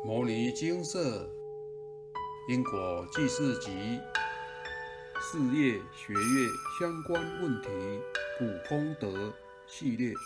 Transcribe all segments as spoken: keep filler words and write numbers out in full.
摩尼精舍因果记事集事业学业相关问题普空德系列，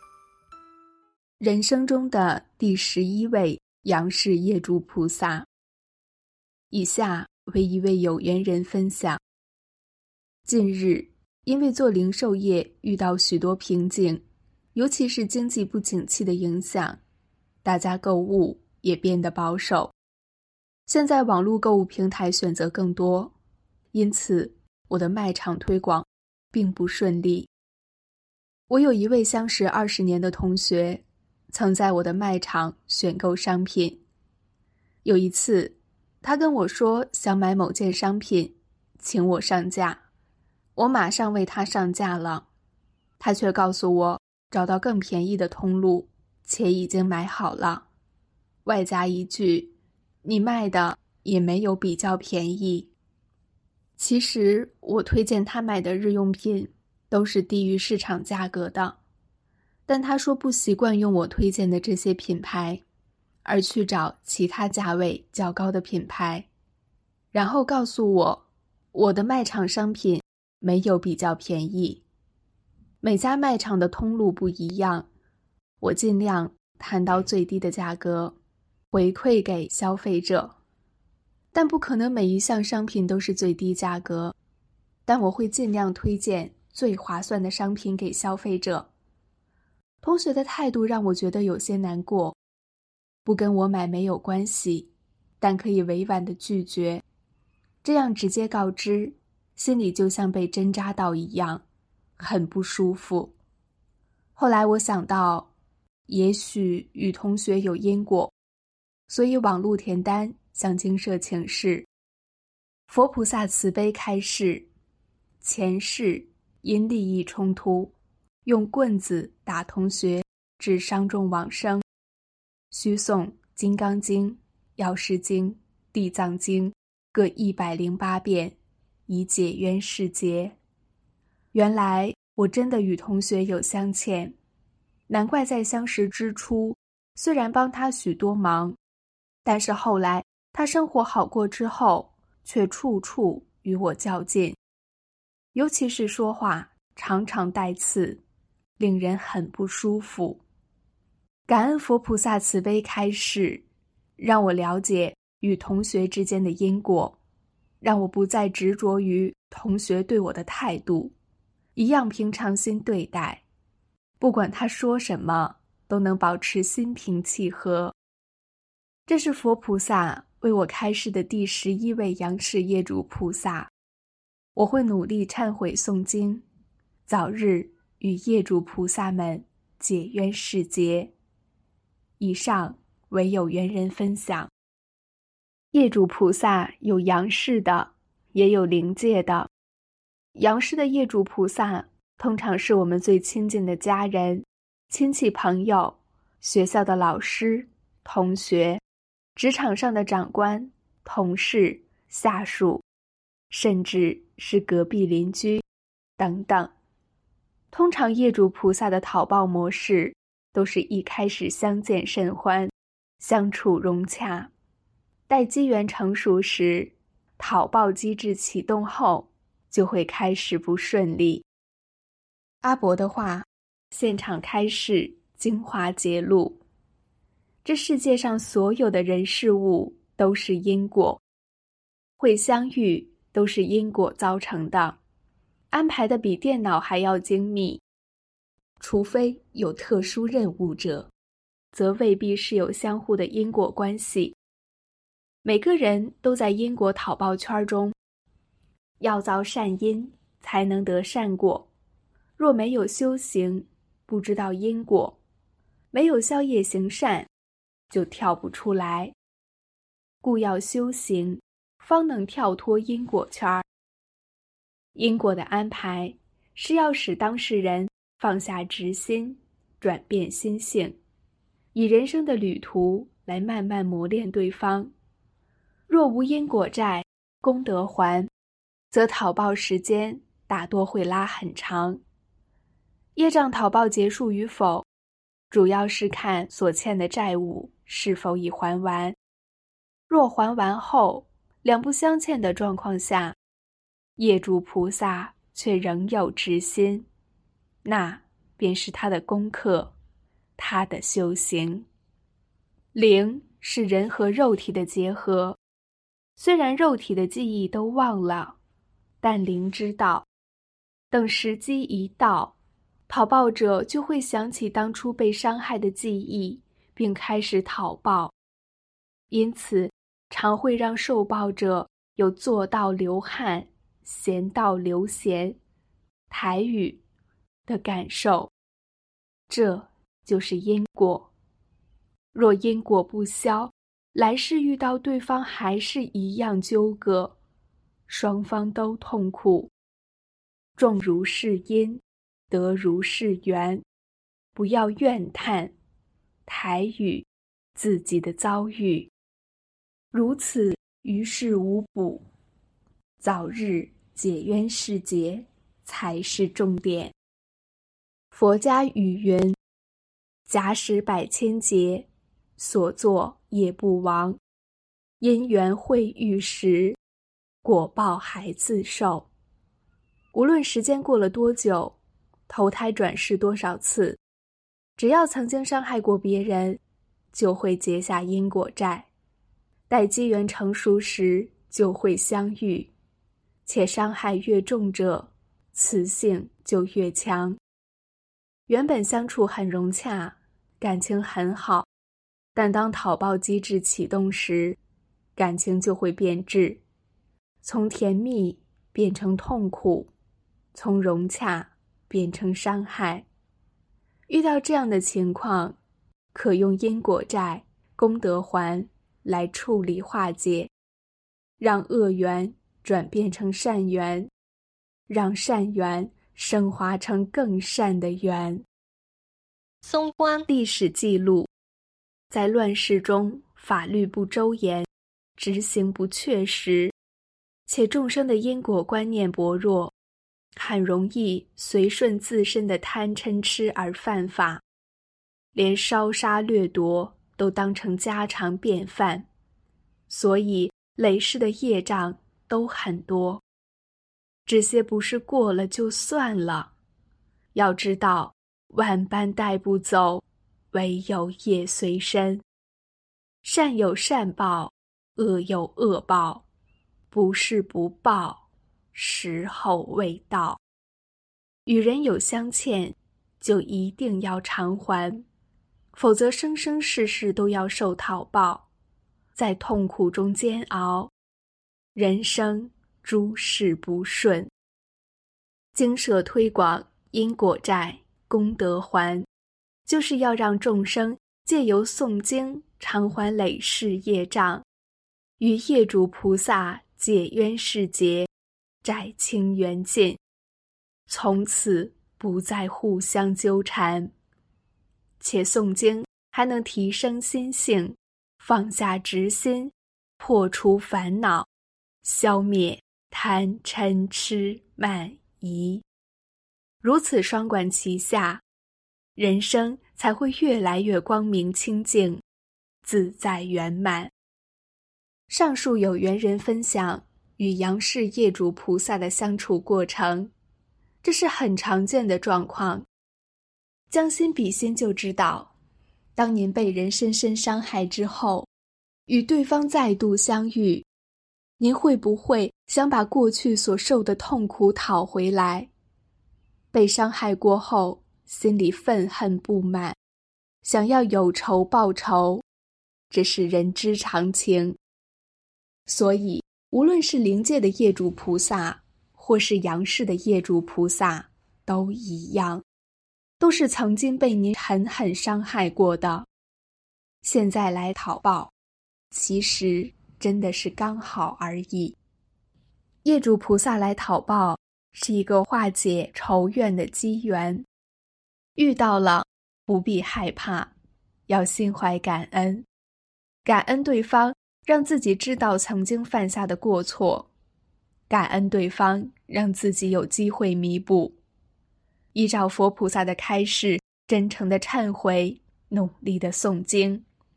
人生中的第十一位杨氏业主菩萨。以下为一位有缘人分享。近日，因为做零售业遇到许多瓶颈，尤其是经济不景气的影响，大家购物也变得保守。现在网络购物平台选择更多，因此我的卖场推广并不顺利。我有一位相识二十年的同学，曾在我的卖场选购商品。有一次，他跟我说想买某件商品，请我上架。我马上为他上架了，他却告诉我找到更便宜的通路，且已经买好了，外加一句，你卖的也没有比较便宜。其实我推荐他买的日用品都是低于市场价格的，但他说不习惯用我推荐的这些品牌，而去找其他价位较高的品牌，然后告诉我，我的卖场商品没有比较便宜。每家卖场的通路不一样，我尽量谈到最低的价格，回馈给消费者。但不可能每一项商品都是最低价格，但我会尽量推荐最划算的商品给消费者。同学的态度让我觉得有些难过，不跟我买没有关系，但可以委婉地拒绝，这样直接告知，心里就像被针扎到一样，很不舒服。后来我想到，也许与同学有因果，所以网路填单向精舍请示。佛菩萨慈悲开示，前世因利益冲突，用棍子打同学致伤重往生，需诵《金刚经》《药师经》《地藏经》各一百零八遍，以解冤释结。原来我真的与同学有相欠，难怪在相识之初，虽然帮他许多忙，但是后来他生活好过之后，却处处与我较劲，尤其是说话常常带刺，令人很不舒服。感恩佛菩萨慈悲开示，让我了解与同学之间的因果，让我不再执着于同学对我的态度，一样平常心对待，不管他说什么，都能保持心平气和。这是佛菩萨为我开示的第十一位杨氏业主菩萨，我会努力忏悔诵经，早日与业主菩萨们解冤释结。以上为有缘人分享。业主菩萨有杨氏的，也有灵界的。杨氏的业主菩萨通常是我们最亲近的家人、亲戚朋友、学校的老师、同学、职场上的长官、同事、下属，甚至是隔壁邻居等等。通常业主菩萨的讨报模式都是一开始相见甚欢，相处融洽，待机缘成熟时，讨报机制启动后，就会开始不顺利。阿伯的话，现场开示，精华揭露。这世界上所有的人事物都是因果，会相遇都是因果造成的，安排的比电脑还要精密。除非有特殊任务者，则未必是有相互的因果关系。每个人都在因果讨报圈中，要造善因才能得善果。若没有修行，不知道因果，没有宵夜行善，就跳不出来。故要修行，方能跳脱因果圈。因果的安排是要使当事人放下执心，转变心性，以人生的旅途来慢慢磨练对方。若无因果债，功德还，则讨报时间大多会拉很长。业障讨报结束与否，主要是看所欠的债务是否已还完， 若还完后，两不相欠的状况下，业主菩萨却仍有执心，那便是他的功课，他的修行。灵是人和肉体的结合，虽然肉体的记忆都忘了，但灵知道，等时机一到，讨报者就会想起当初被伤害的记忆，并开始讨报。因此常会让受报者有做到流汗、闲到流涎台语的感受，这就是因果。若因果不消，来世遇到对方还是一样纠葛，双方都痛苦。种如是因，得如是缘，不要怨叹台语自己的遭遇，如此于事无补，早日解冤释结才是重点。佛家语云：假使百千劫，所作业不亡，因缘会遇时，果报还自受。无论时间过了多久，投胎转世多少次，只要曾经伤害过别人，就会结下因果债。待机缘成熟时，就会相遇，且伤害越重者，磁性就越强。原本相处很融洽，感情很好，但当讨报机制启动时，感情就会变质，从甜蜜变成痛苦，从融洽变成伤害。遇到这样的情况，可用因果债、功德还来处理化解，让恶缘转变成善缘，让善缘升华成更善的缘。 松观历史记录，在乱世中，法律不周延，执行不确实，且众生的因果观念薄弱，很容易随顺自身的贪嗔痴而犯法，连烧杀掠夺都当成家常便饭，所以累世的业障都很多。这些不是过了就算了，要知道万般带不走，唯有业随身。善有善报，恶有恶报，不是不报，时候未到。与人有相欠，就一定要偿还，否则生生世世都要受讨报，在痛苦中煎熬，人生诸事不顺。经社推广因果债、功德还，就是要让众生借由诵经偿还累世业障，与业主菩萨解冤释结，债清缘尽，从此不再互相纠缠。且诵经还能提升心性，放下执心，破除烦恼，消灭贪嗔痴慢疑。如此双管齐下，人生才会越来越光明清净，自在圆满。上述有缘人分享与阳世业主菩萨的相处过程，这是很常见的状况。将心比心就知道，当您被人深深伤害之后，与对方再度相遇，您会不会想把过去所受的痛苦讨回来？被伤害过后，心里愤恨不满，想要有仇报仇，这是人之常情。所以无论是灵界的业主菩萨，或是阳世的业主菩萨，都一样，都是曾经被您狠狠伤害过的，现在来讨报，其实真的是刚好而已。业主菩萨来讨报，是一个化解仇怨的机缘，遇到了不必害怕，要心怀感恩，感恩对方让自己知道曾经犯下的过错，感恩对方让自己有机会弥补，依照佛菩萨的开示，真诚的忏悔，努力的诵经，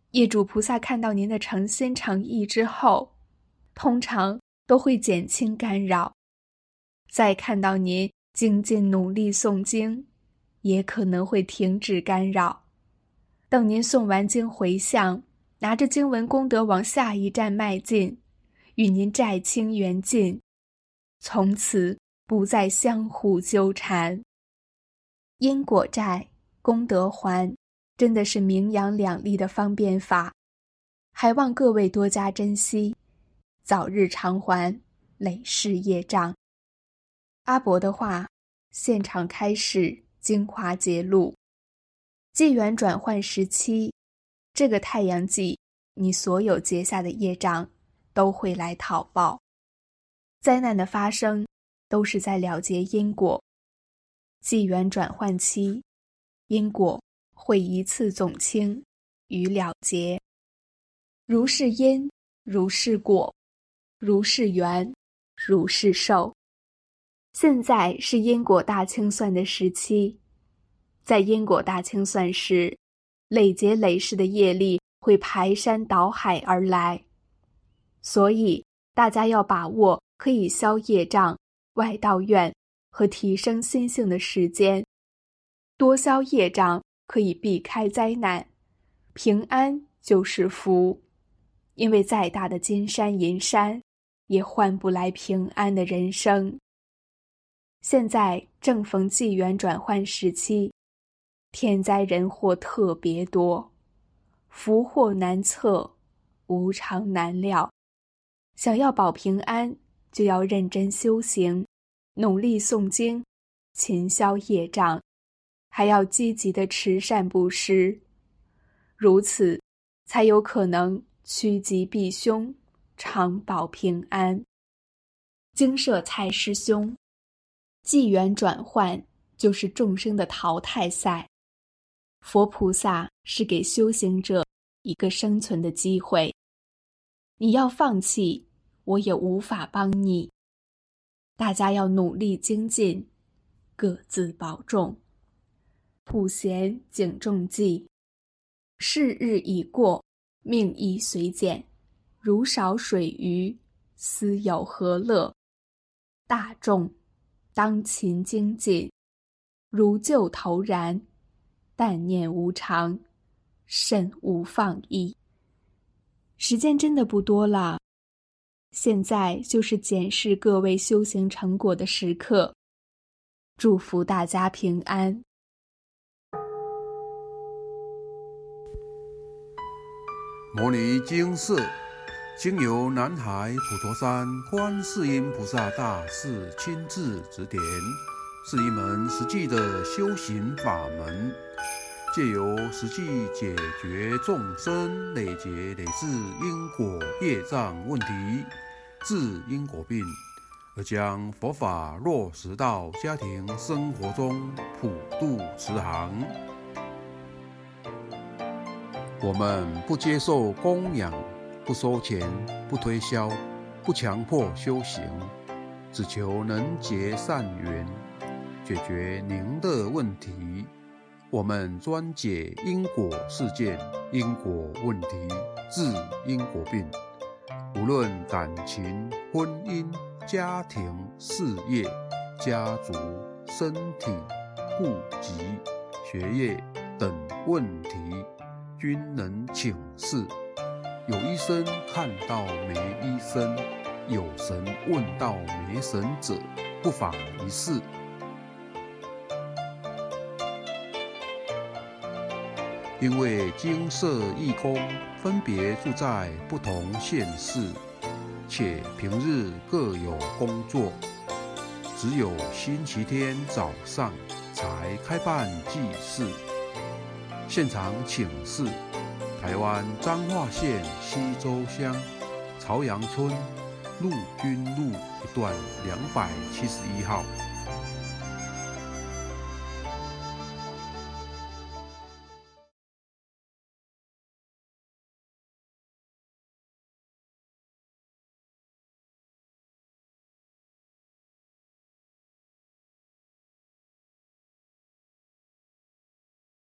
业主菩萨看到您的诚心诚意之后，通常都会减轻干扰，再看到您精进努力诵经，也可能会停止干扰。等您诵完经回向，拿着经文功德往下一站迈进，与您债清缘尽，从此不再相互纠缠。因果债、功德还，真的是名扬两利的方便法，还望各位多加珍惜，早日偿还累世业障。阿伯的话，现场开始精华揭露。纪元转换时期，这个太阳纪，你所有结下的业障都会来讨报。灾难的发生都是在了结因果。纪元转换期，因果会一次总清与了结。如是因，如是果，如是缘，如是受。现在是因果大清算的时期，在因果大清算时，累劫累世的业力会排山倒海而来，所以大家要把握可以消业障、外道愿和提升心性的时间。多消业障可以避开灾难，平安就是福。因为再大的金山银山，也换不来平安的人生。现在正逢纪元转换时期，天灾人祸特别多，福祸难测，无常难料。想要保平安，就要认真修行，努力诵经，勤消业障，还要积极的持善布施，如此才有可能趋吉避凶，常保平安。精舍蔡师兄，纪元转换就是众生的淘汰赛，佛菩萨是给修行者一个生存的机会，你要放弃，我也无法帮你。大家要努力精进，各自保重。普贤警众记：是日已过，命亦随减，如少水鱼，斯有何乐？大众当勤精进，如旧投然，但念无常，慎勿放逸。时间真的不多了，现在就是检视各位修行成果的时刻，祝福大家平安。 摩尼精舍经由南海普陀山观世音菩萨大士亲自指点，是一门实际的修行法门，借由实际解决众生累劫累世因果业障问题，治因果病，而将佛法落实到家庭生活中，普度慈航。我们不接受供养，不收钱，不推销，不强迫修行，只求能结善缘，解决您的问题。我们专解因果事件、因果问题，治因果病。无论感情、婚姻、家庭、事业、家族、身体、户籍、学业等问题，均能请示。有医生看到没医生，有神问到没神者，不妨一试。因为精舍义工分别住在不同县市，且平日各有工作，只有星期天早上才开办祭祀。现场请示台湾彰化县溪州乡朝阳村陆军路一段两百七十一号。